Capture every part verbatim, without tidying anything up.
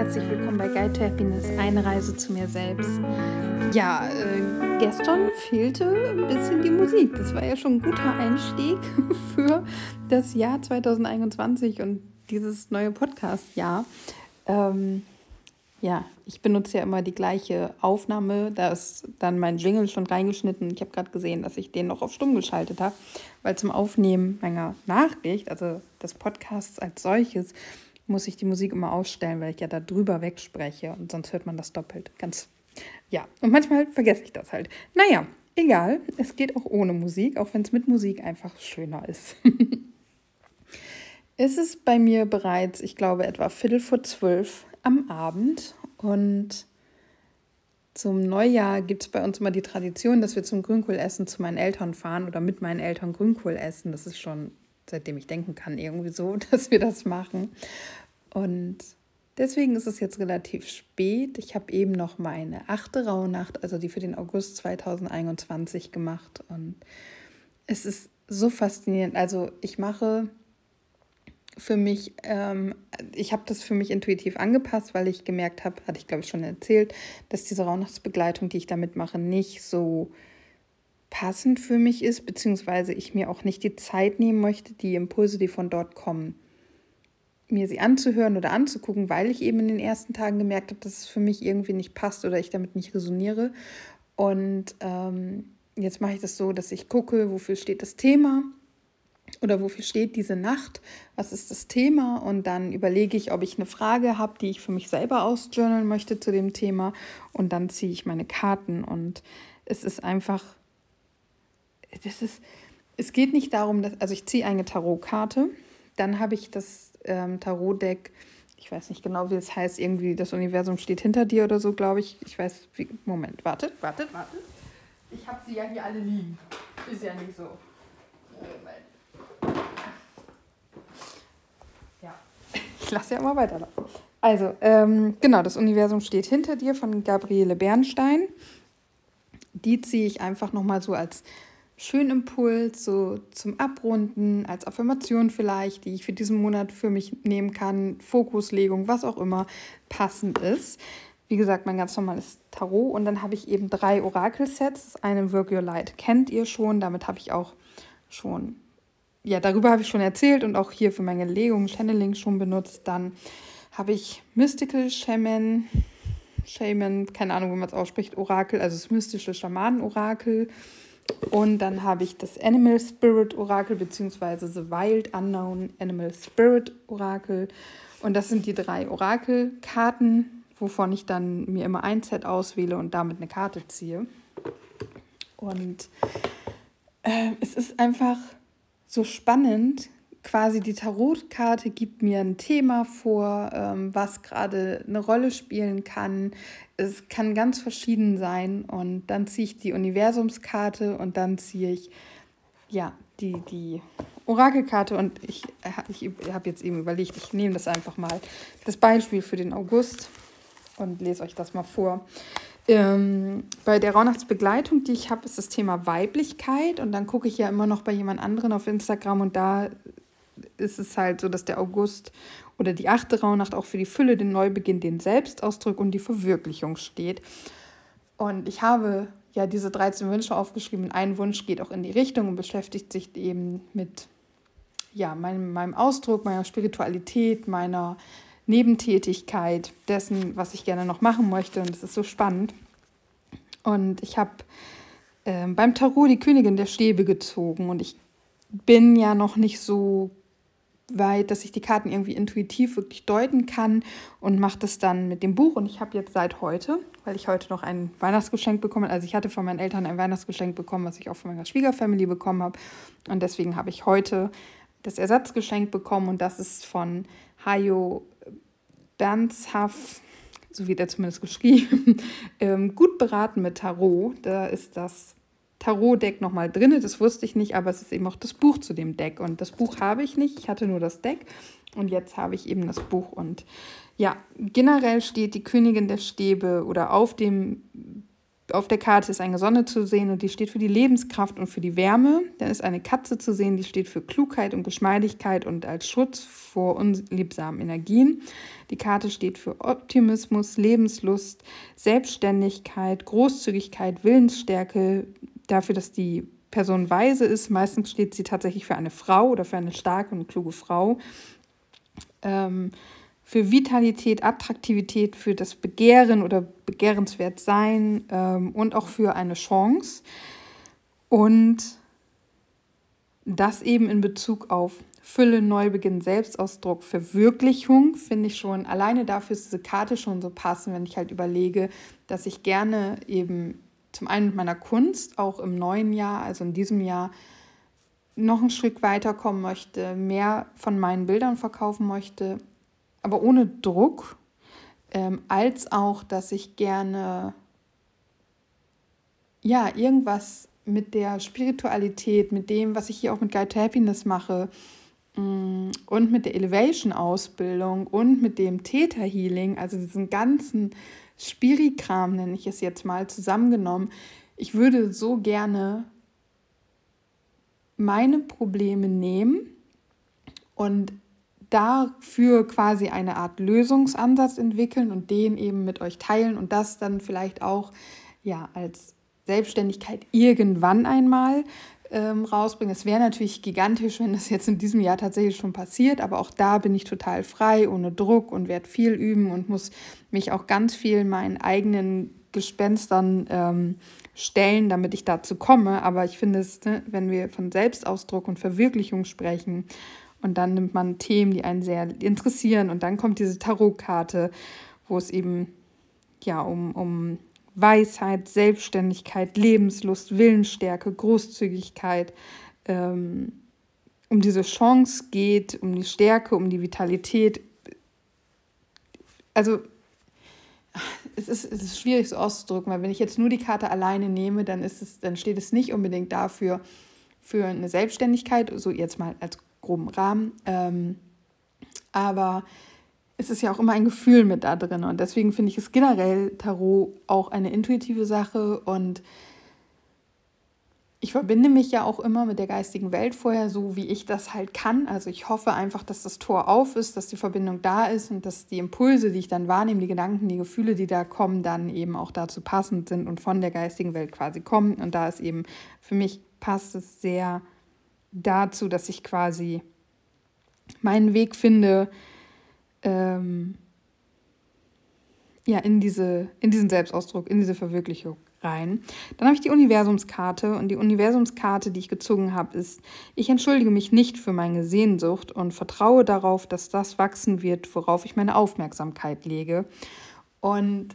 herzlich willkommen bei Guide to Happiness, eine Reise zu mir selbst. Ja, äh, gestern fehlte ein bisschen die Musik. Das war ja schon ein guter Einstieg für das Jahr zwanzig einundzwanzig und dieses neue Podcast-Jahr. Ähm, ja, ich benutze ja immer die gleiche Aufnahme. Da ist dann mein Jingle schon reingeschnitten. Ich habe gerade gesehen, dass ich den noch auf stumm geschaltet habe, weil zum Aufnehmen meiner Nachricht, also des Podcasts als solches, muss ich die Musik immer ausstellen, weil ich ja da drüber wegspreche und sonst hört man das doppelt. Ganz, ja. Und manchmal vergesse ich das halt. Naja, egal. Es geht auch ohne Musik, auch wenn es mit Musik einfach schöner ist. Es ist bei mir bereits, ich glaube, etwa Viertel vor zwölf am Abend und zum Neujahr gibt es bei uns immer die Tradition, dass wir zum Grünkohlessen zu meinen Eltern fahren oder mit meinen Eltern Grünkohl essen. Das ist schon, seitdem ich denken kann, irgendwie so, dass wir das machen. Und deswegen ist es jetzt relativ spät. Ich habe eben noch meine achte Rauhnacht, also die für den August zwanzig einundzwanzig gemacht. Und es ist so faszinierend. Also ich mache für mich, ähm, ich habe das für mich intuitiv angepasst, weil ich gemerkt habe, hatte ich glaube ich schon erzählt, dass diese Rauhnachtsbegleitung, die ich da mitmache, nicht so passend für mich ist, beziehungsweise ich mir auch nicht die Zeit nehmen möchte, die Impulse, die von dort kommen, mir sie anzuhören oder anzugucken, weil ich eben in den ersten Tagen gemerkt habe, dass es für mich irgendwie nicht passt oder ich damit nicht resoniere. Und ähm, jetzt mache ich das so, dass ich gucke, wofür steht das Thema oder wofür steht diese Nacht, was ist das Thema, und dann überlege ich, ob ich eine Frage habe, die ich für mich selber ausjournalen möchte zu dem Thema, und dann ziehe ich meine Karten und es ist einfach, das ist, es geht nicht darum, dass, also ich ziehe eine Tarotkarte, dann habe ich das ähm, Tarotdeck, ich weiß nicht genau, wie es heißt, irgendwie das Universum steht hinter dir oder so, glaube ich. Ich weiß, wie, Moment, wartet, wartet, wartet. Ich habe sie ja hier alle liegen. Ist ja nicht so. Moment. Ja, ich lasse ja immer weiterlaufen. Also, ähm, genau, das Universum steht hinter dir von Gabriele Bernstein. Die ziehe ich einfach nochmal so als schönen Impuls, so zum Abrunden, als Affirmation vielleicht, die ich für diesen Monat für mich nehmen kann, Fokuslegung, was auch immer passend ist. Wie gesagt, mein ganz normales Tarot. Und dann habe ich eben drei Orakelsets. Das eine Work Your Light kennt ihr schon. Damit habe ich auch schon, ja, darüber habe ich schon erzählt und auch hier für meine Legung, Channeling schon benutzt. Dann habe ich Mystical Shaman, Shaman, keine Ahnung, wie man es ausspricht, Orakel, also das mystische Schamanen-Orakel. Und dann habe ich das Animal Spirit Orakel beziehungsweise The Wild Unknown Animal Spirit Orakel. Und das sind die drei Orakelkarten, wovon ich dann mir immer ein Set auswähle und damit eine Karte ziehe. Und äh, es ist einfach so spannend. Quasi die Tarotkarte gibt mir ein Thema vor, ähm, was gerade eine Rolle spielen kann. Es kann ganz verschieden sein, und dann ziehe ich die Universumskarte und dann ziehe ich ja die, die Orakelkarte, und ich, ich habe jetzt eben überlegt, ich nehme das einfach mal, das Beispiel für den August, und lese euch das mal vor. Ähm, bei der Rauhnachtsbegleitung, die ich habe, ist das Thema Weiblichkeit, und dann gucke ich ja immer noch bei jemand anderen auf Instagram, und da ist es halt so, dass der August oder die achte Rauhnacht auch für die Fülle, den Neubeginn, den Selbstausdruck und die Verwirklichung steht. Und ich habe ja diese dreizehn Wünsche aufgeschrieben, und ein Wunsch geht auch in die Richtung und beschäftigt sich eben mit ja, meinem, meinem Ausdruck, meiner Spiritualität, meiner Nebentätigkeit, dessen, was ich gerne noch machen möchte, und es ist so spannend. Und ich habe äh, beim Tarot die Königin der Stäbe gezogen, und ich bin ja noch nicht so weit, dass ich die Karten irgendwie intuitiv wirklich deuten kann, und mache das dann mit dem Buch. Und ich habe jetzt seit heute, weil ich heute noch ein Weihnachtsgeschenk bekommen, also ich hatte von meinen Eltern ein Weihnachtsgeschenk bekommen, was ich auch von meiner Schwiegerfamilie bekommen habe, und deswegen habe ich heute das Ersatzgeschenk bekommen, und das ist von Hajo Bernshaf, so wird er zumindest geschrieben, ähm, gut beraten mit Tarot. Da ist das Tarot-Deck nochmal drin, das wusste ich nicht, aber es ist eben auch das Buch zu dem Deck, und das Buch habe ich nicht, ich hatte nur das Deck, und jetzt habe ich eben das Buch. Und ja, generell steht die Königin der Stäbe oder auf dem auf der Karte ist eine Sonne zu sehen und die steht für die Lebenskraft und für die Wärme. Dann ist eine Katze zu sehen, die steht für Klugheit und Geschmeidigkeit und als Schutz vor unliebsamen Energien. Die Karte steht für Optimismus, Lebenslust, Selbstständigkeit, Großzügigkeit, Willensstärke, dafür, dass die Person weise ist. Meistens steht sie tatsächlich für eine Frau oder für eine starke und kluge Frau. Ähm, für Vitalität, Attraktivität, für das Begehren oder begehrenswert sein ähm, und auch für eine Chance. Und das eben in Bezug auf Fülle, Neubeginn, Selbstausdruck, Verwirklichung, finde ich schon, alleine dafür ist diese Karte schon so passend, wenn ich halt überlege, dass ich gerne eben zum einen mit meiner Kunst auch im neuen Jahr, also in diesem Jahr, noch ein Stück weiterkommen möchte, mehr von meinen Bildern verkaufen möchte, aber ohne Druck, ähm, als auch, dass ich gerne ja irgendwas mit der Spiritualität, mit dem, was ich hier auch mit Guide to Happiness mache mh, und mit der Elevation-Ausbildung und mit dem Theta Healing, also diesen ganzen Spiri-Kram, nenne ich es jetzt mal, zusammengenommen. Ich würde so gerne meine Probleme nehmen und dafür quasi eine Art Lösungsansatz entwickeln und den eben mit euch teilen und das dann vielleicht auch ja als Selbstständigkeit irgendwann einmal ähm, rausbringen. Es wäre natürlich gigantisch, wenn das jetzt in diesem Jahr tatsächlich schon passiert, aber auch da bin ich total frei, ohne Druck und werde viel üben und muss mich auch ganz viel meinen eigenen Gespenstern ähm, stellen, damit ich dazu komme. Aber ich finde es, ne, wenn wir von Selbstausdruck und Verwirklichung sprechen und dann nimmt man Themen, die einen sehr interessieren und dann kommt diese Tarotkarte, wo es eben ja um, um Weisheit, Selbstständigkeit, Lebenslust, Willensstärke, Großzügigkeit, ähm, um diese Chance geht, um die Stärke, um die Vitalität. Also es ist, es ist schwierig so auszudrücken, weil wenn ich jetzt nur die Karte alleine nehme, dann, ist es, dann steht es nicht unbedingt dafür für eine Selbstständigkeit, so jetzt mal als groben Rahmen, ähm, aber es ist ja auch immer ein Gefühl mit da drin und deswegen finde ich es generell Tarot auch eine intuitive Sache und ich verbinde mich ja auch immer mit der geistigen Welt vorher, so wie ich das halt kann. Also ich hoffe einfach, dass das Tor auf ist, dass die Verbindung da ist und dass die Impulse, die ich dann wahrnehme, die Gedanken, die Gefühle, die da kommen, dann eben auch dazu passend sind und von der geistigen Welt quasi kommen. Und da ist eben, für mich passt es sehr dazu, dass ich quasi meinen Weg finde, ähm, ja, in diese, in diesen Selbstausdruck, in diese Verwirklichung rein. Dann habe ich die Universumskarte und die Universumskarte, die ich gezogen habe, ist: Ich entschuldige mich nicht für meine Sehnsucht und vertraue darauf, dass das wachsen wird, worauf ich meine Aufmerksamkeit lege. Und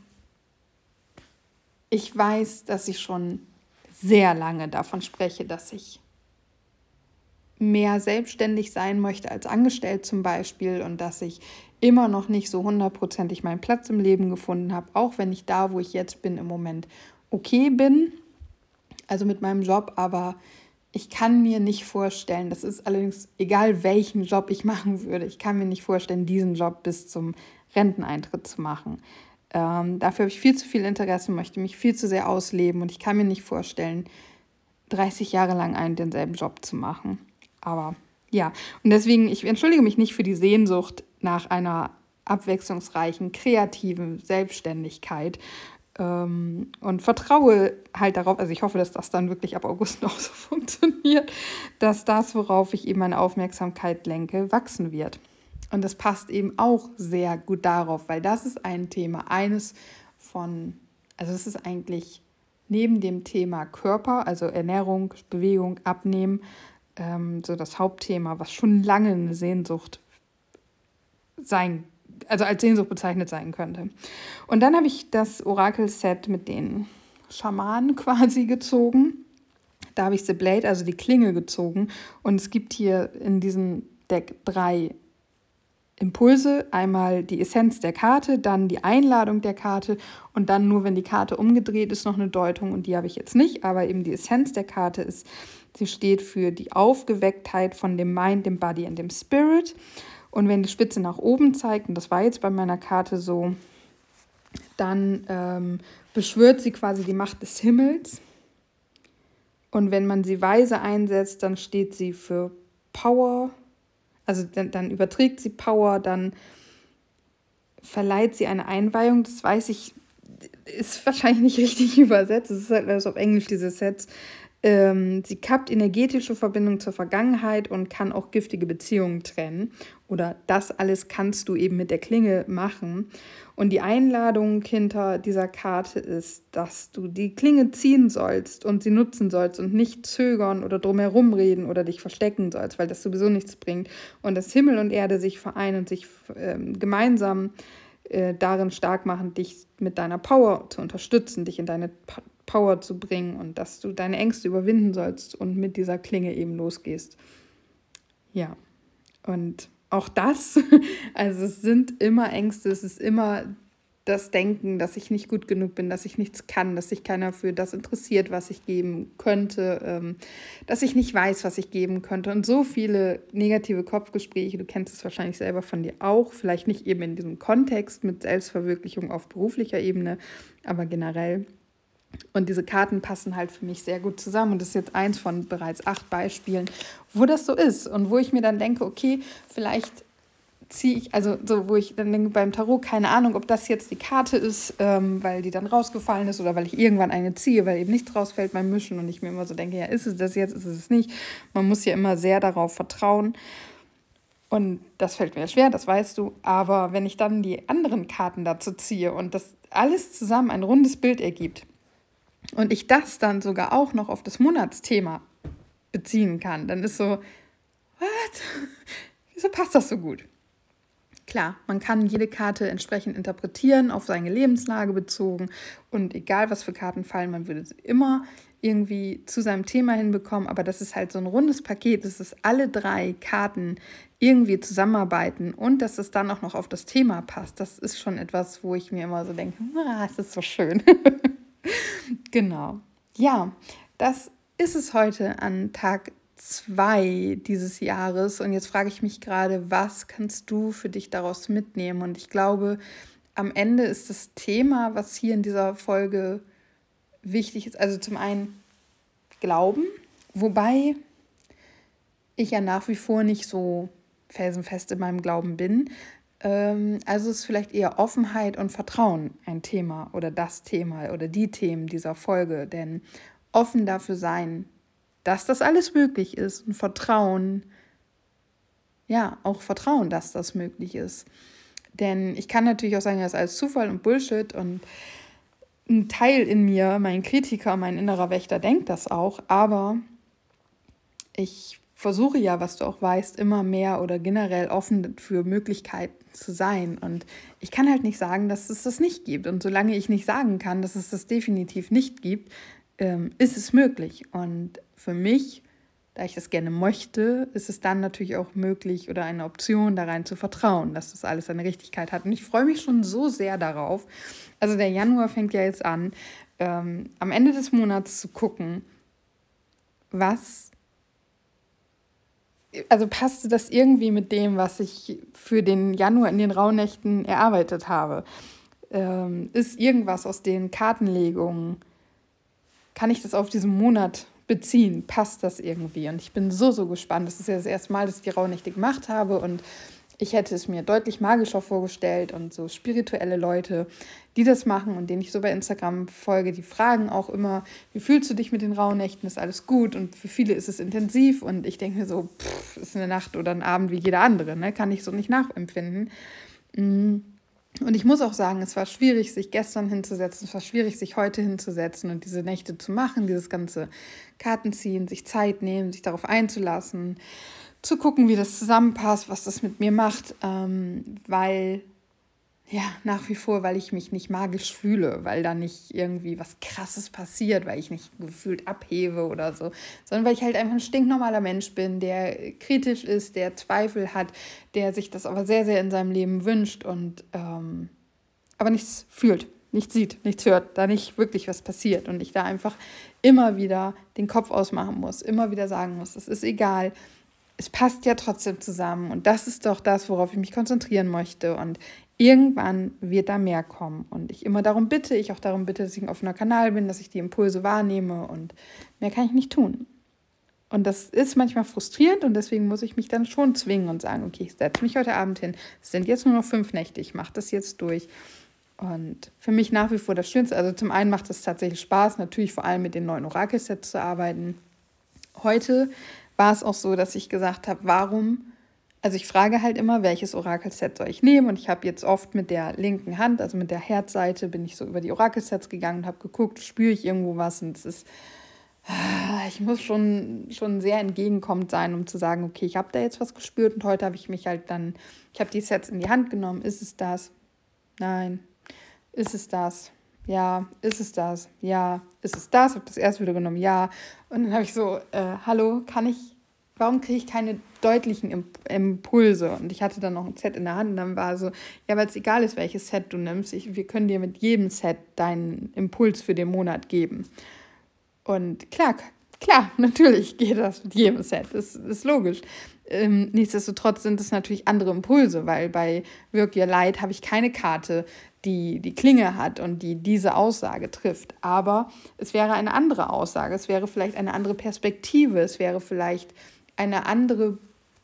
ich weiß, dass ich schon sehr lange davon spreche, dass ich mehr selbstständig sein möchte als angestellt zum Beispiel und dass ich immer noch nicht so hundertprozentig meinen Platz im Leben gefunden habe, auch wenn ich da, wo ich jetzt bin, im Moment okay bin, also mit meinem Job, aber ich kann mir nicht vorstellen, das ist allerdings egal, welchen Job ich machen würde, ich kann mir nicht vorstellen, diesen Job bis zum Renteneintritt zu machen. Ähm, dafür habe ich viel zu viel Interesse, möchte mich viel zu sehr ausleben und ich kann mir nicht vorstellen, dreißig Jahre lang einen denselben Job zu machen. Aber ja, und deswegen, ich entschuldige mich nicht für die Sehnsucht nach einer abwechslungsreichen, kreativen Selbstständigkeit ähm, und vertraue halt darauf, also ich hoffe, dass das dann wirklich ab August noch so funktioniert, dass das, worauf ich eben meine Aufmerksamkeit lenke, wachsen wird. Und das passt eben auch sehr gut darauf, weil das ist ein Thema, eines von, also es ist eigentlich neben dem Thema Körper, also Ernährung, Bewegung, Abnehmen, ähm, so das Hauptthema, was schon lange eine Sehnsucht sein, also als Sehnsucht bezeichnet sein könnte. Und dann habe ich das Orakel-Set mit den Schamanen quasi gezogen. Da habe ich The Blade, also die Klinge, gezogen. Und es gibt hier in diesem Deck drei Impulse. Einmal die Essenz der Karte, dann die Einladung der Karte und dann nur, wenn die Karte umgedreht ist, noch eine Deutung. Und die habe ich jetzt nicht, aber eben die Essenz der Karte ist, sie steht für die Aufgewecktheit von dem Mind, dem Body und dem Spirit. Und wenn die Spitze nach oben zeigt, und das war jetzt bei meiner Karte so, dann ähm, beschwört sie quasi die Macht des Himmels. Und wenn man sie weise einsetzt, dann steht sie für Power. Also dann, dann überträgt sie Power, dann verleiht sie eine Einweihung. Das weiß ich, ist wahrscheinlich nicht richtig übersetzt. Es ist halt also auf Englisch dieses Satz. Ähm, sie kappt energetische Verbindung zur Vergangenheit und kann auch giftige Beziehungen trennen. Oder das alles kannst du eben mit der Klinge machen. Und die Einladung hinter dieser Karte ist, dass du die Klinge ziehen sollst und sie nutzen sollst und nicht zögern oder drumherum reden oder dich verstecken sollst, weil das sowieso nichts bringt. Und dass Himmel und Erde sich vereinen und sich ähm, gemeinsam äh, darin stark machen, dich mit deiner Power zu unterstützen, dich in deine pa- Power zu bringen und dass du deine Ängste überwinden sollst und mit dieser Klinge eben losgehst. Ja, und auch das, also es sind immer Ängste, es ist immer das Denken, dass ich nicht gut genug bin, dass ich nichts kann, dass sich keiner für das interessiert, was ich geben könnte, ähm, dass ich nicht weiß, was ich geben könnte und so viele negative Kopfgespräche, du kennst es wahrscheinlich selber von dir auch, vielleicht nicht eben in diesem Kontext mit Selbstverwirklichung auf beruflicher Ebene, aber generell. Und diese Karten passen halt für mich sehr gut zusammen. Und das ist jetzt eins von bereits acht Beispielen, wo das so ist. Und wo ich mir dann denke, okay, vielleicht ziehe ich, also so, wo ich dann denke beim Tarot, keine Ahnung, ob das jetzt die Karte ist, ähm, weil die dann rausgefallen ist oder weil ich irgendwann eine ziehe, weil eben nichts rausfällt beim Mischen. Und ich mir immer so denke, ja, ist es das jetzt, ist es es nicht. Man muss ja immer sehr darauf vertrauen. Und das fällt mir schwer, das weißt du. Aber wenn ich dann die anderen Karten dazu ziehe und das alles zusammen ein rundes Bild ergibt, und ich das dann sogar auch noch auf das Monatsthema beziehen kann, dann ist so, what? Wieso passt das so gut? Klar, man kann jede Karte entsprechend interpretieren, auf seine Lebenslage bezogen und egal was für Karten fallen, man würde sie immer irgendwie zu seinem Thema hinbekommen, aber das ist halt so ein rundes Paket, dass es alle drei Karten irgendwie zusammenarbeiten und dass es dann auch noch auf das Thema passt. Das ist schon etwas, wo ich mir immer so denke, ah, es ist so schön. Genau. Ja, das ist es heute an Tag zwei dieses Jahres. Und jetzt frage ich mich gerade, was kannst du für dich daraus mitnehmen? Und ich glaube, am Ende ist das Thema, was hier in dieser Folge wichtig ist, also zum einen Glauben, wobei ich ja nach wie vor nicht so felsenfest in meinem Glauben bin. Also ist vielleicht eher Offenheit und Vertrauen ein Thema oder das Thema oder die Themen dieser Folge. Denn offen dafür sein, dass das alles möglich ist und Vertrauen, ja, auch Vertrauen, dass das möglich ist. Denn ich kann natürlich auch sagen, das ist alles Zufall und Bullshit und ein Teil in mir, mein Kritiker, mein innerer Wächter denkt das auch, aber ich versuche ja, was du auch weißt, immer mehr oder generell offen für Möglichkeiten zu sein. Und ich kann halt nicht sagen, dass es das nicht gibt. Und solange ich nicht sagen kann, dass es das definitiv nicht gibt, ähm, ist es möglich. Und für mich, da ich das gerne möchte, ist es dann natürlich auch möglich oder eine Option, da rein zu vertrauen, dass das alles eine Richtigkeit hat. Und ich freue mich schon so sehr darauf. Also der Januar fängt ja jetzt an, ähm, am Ende des Monats zu gucken, was Also passte das irgendwie mit dem, was ich für den Januar in den Rauhnächten erarbeitet habe? Ähm, ist irgendwas aus den Kartenlegungen, kann ich das auf diesen Monat beziehen? Passt das irgendwie? Und ich bin so, so gespannt. Das ist ja das erste Mal, dass ich die Rauhnächte gemacht habe und ich hätte es mir deutlich magischer vorgestellt und so spirituelle Leute, die das machen und denen ich so bei Instagram folge, die fragen auch immer, wie fühlst du dich mit den Rauhnächten, ist alles gut? Und für viele ist es intensiv und ich denke mir so, pff, ist eine Nacht oder ein Abend wie jeder andere, ne? Kann ich so nicht nachempfinden. Und ich muss auch sagen, es war schwierig, sich gestern hinzusetzen, es war schwierig, sich heute hinzusetzen und diese Nächte zu machen, dieses ganze Kartenziehen, sich Zeit nehmen, sich darauf einzulassen, zu gucken, wie das zusammenpasst, was das mit mir macht, ähm, weil, ja, nach wie vor, weil ich mich nicht magisch fühle, weil da nicht irgendwie was Krasses passiert, weil ich nicht gefühlt abhebe oder so, sondern weil ich halt einfach ein stinknormaler Mensch bin, der kritisch ist, der Zweifel hat, der sich das aber sehr, sehr in seinem Leben wünscht und ähm, aber nichts fühlt, nichts sieht, nichts hört, da nicht wirklich was passiert und ich da einfach immer wieder den Kopf ausmachen muss, immer wieder sagen muss, es ist egal, es passt ja trotzdem zusammen und das ist doch das, worauf ich mich konzentrieren möchte und Irgendwann wird da mehr kommen und ich immer darum bitte, ich auch darum bitte, dass ich ein offener Kanal bin, dass ich die Impulse wahrnehme und mehr kann ich nicht tun. Und das ist manchmal frustrierend und deswegen muss ich mich dann schon zwingen und sagen, okay, ich setze mich heute Abend hin, es sind jetzt nur noch fünf Nächte, ich mache das jetzt durch. Und für mich nach wie vor das Schönste, also zum einen macht es tatsächlich Spaß, natürlich vor allem mit den neuen Orakelsets zu arbeiten. Heute war es auch so, dass ich gesagt habe, warum, also ich frage halt immer, welches Orakelset soll ich nehmen und ich habe jetzt oft mit der linken Hand, also mit der Herzseite, bin ich so über die Orakelsets gegangen und habe geguckt, spüre ich irgendwo was und es ist, ich muss schon, schon sehr entgegenkommend sein, um zu sagen, okay, ich habe da jetzt was gespürt und heute habe ich mich halt dann, ich habe die Sets in die Hand genommen, ist es das? Nein. Ist es das? Ja. Ist es das? Ja. Ist es das? Habe das erst wieder genommen? Ja. Und dann habe ich so, äh, hallo, kann ich, warum kriege ich keine deutlichen Imp- Impulse? Und ich hatte dann noch ein Set in der Hand und dann war so, ja, weil es egal ist, welches Set du nimmst, ich, wir können dir mit jedem Set deinen Impuls für den Monat geben. Und klar, klar, natürlich geht das mit jedem Set, das ist logisch. Ähm, nichtsdestotrotz sind es natürlich andere Impulse, weil bei Work Your Light habe ich keine Karte, die die Klinge hat und die diese Aussage trifft. Aber es wäre eine andere Aussage, es wäre vielleicht eine andere Perspektive, es wäre vielleicht eine andere,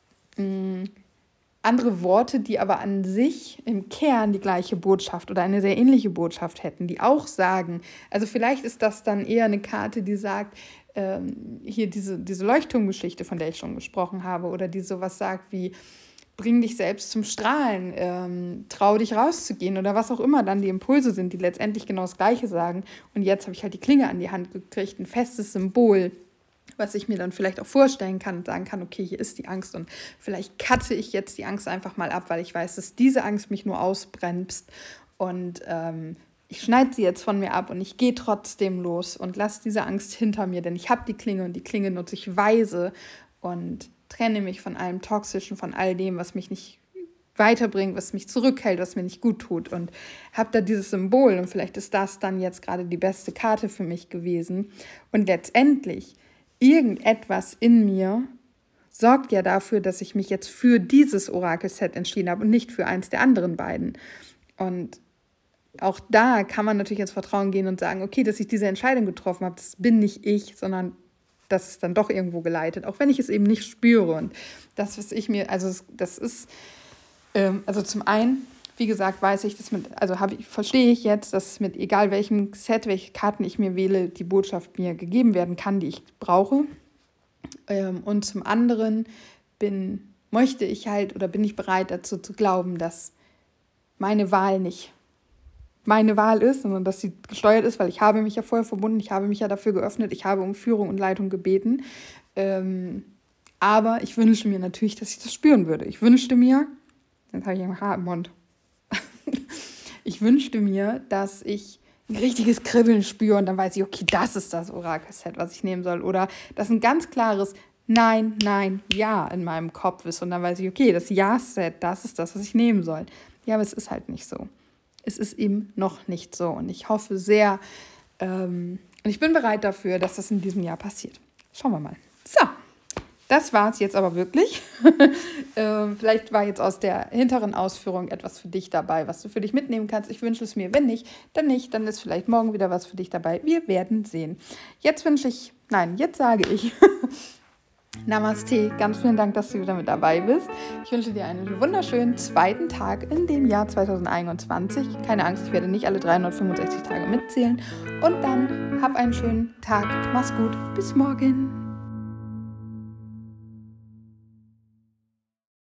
mh, andere Worte, die aber an sich im Kern die gleiche Botschaft oder eine sehr ähnliche Botschaft hätten, die auch sagen, also vielleicht ist das dann eher eine Karte, die sagt, ähm, hier diese, diese Leuchtturmgeschichte, von der ich schon gesprochen habe, oder die sowas sagt wie, bring dich selbst zum Strahlen, ähm, trau dich rauszugehen oder was auch immer dann die Impulse sind, die letztendlich genau das Gleiche sagen. Und jetzt habe ich halt die Klinge an die Hand gekriegt, ein festes Symbol, was ich mir dann vielleicht auch vorstellen kann und sagen kann, okay, hier ist die Angst und vielleicht cutte ich jetzt die Angst einfach mal ab, weil ich weiß, dass diese Angst mich nur ausbremst und ähm, ich schneide sie jetzt von mir ab und ich gehe trotzdem los und lasse diese Angst hinter mir, denn ich habe die Klinge und die Klinge nutze ich weise und trenne mich von allem Toxischen, von all dem, was mich nicht weiterbringt, was mich zurückhält, was mir nicht gut tut und habe da dieses Symbol und vielleicht ist das dann jetzt gerade die beste Karte für mich gewesen und letztendlich irgendetwas in mir sorgt ja dafür, dass ich mich jetzt für dieses Orakelset entschieden habe und nicht für eins der anderen beiden. Und auch da kann man natürlich ins Vertrauen gehen und sagen, okay, dass ich diese Entscheidung getroffen habe, das bin nicht ich, sondern das ist dann doch irgendwo geleitet, auch wenn ich es eben nicht spüre. Und das, was ich mir, also das ist, ähm, also zum einen, wie gesagt, weiß ich, dass mit, also habe ich, verstehe ich jetzt, dass mit egal welchem Set, welche Karten ich mir wähle, die Botschaft mir gegeben werden kann, die ich brauche. Ähm, und zum anderen bin, möchte ich halt oder bin ich bereit dazu zu glauben, dass meine Wahl nicht meine Wahl ist, sondern dass sie gesteuert ist, weil ich habe mich ja vorher verbunden, ich habe mich ja dafür geöffnet, ich habe um Führung und Leitung gebeten. Ähm, aber ich wünsche mir natürlich, dass ich das spüren würde. Ich wünschte mir, jetzt habe ich ein Haar im Mund, ich wünschte mir, dass ich ein richtiges Kribbeln spüre und dann weiß ich, okay, das ist das Orakelset, was ich nehmen soll. Oder dass ein ganz klares Nein, Nein, Ja in meinem Kopf ist und dann weiß ich, okay, das Ja-Set, das ist das, was ich nehmen soll. Ja, aber es ist halt nicht so. Es ist eben noch nicht so und ich hoffe sehr ähm, und ich bin bereit dafür, dass das in diesem Jahr passiert. Schauen wir mal. So, das war es jetzt aber wirklich. ähm, vielleicht war jetzt aus der hinteren Ausführung etwas für dich dabei, was du für dich mitnehmen kannst. Ich wünsche es mir, wenn nicht, dann nicht. Dann ist vielleicht morgen wieder was für dich dabei. Wir werden sehen. Jetzt wünsche ich, nein, jetzt sage ich Namaste, ganz vielen Dank, dass du wieder mit dabei bist. Ich wünsche dir einen wunderschönen zweiten Tag in dem Jahr zwanzig einundzwanzig. Keine Angst, ich werde nicht alle dreihundertfünfundsechzig Tage mitzählen. Und dann hab einen schönen Tag. Mach's gut. Bis morgen.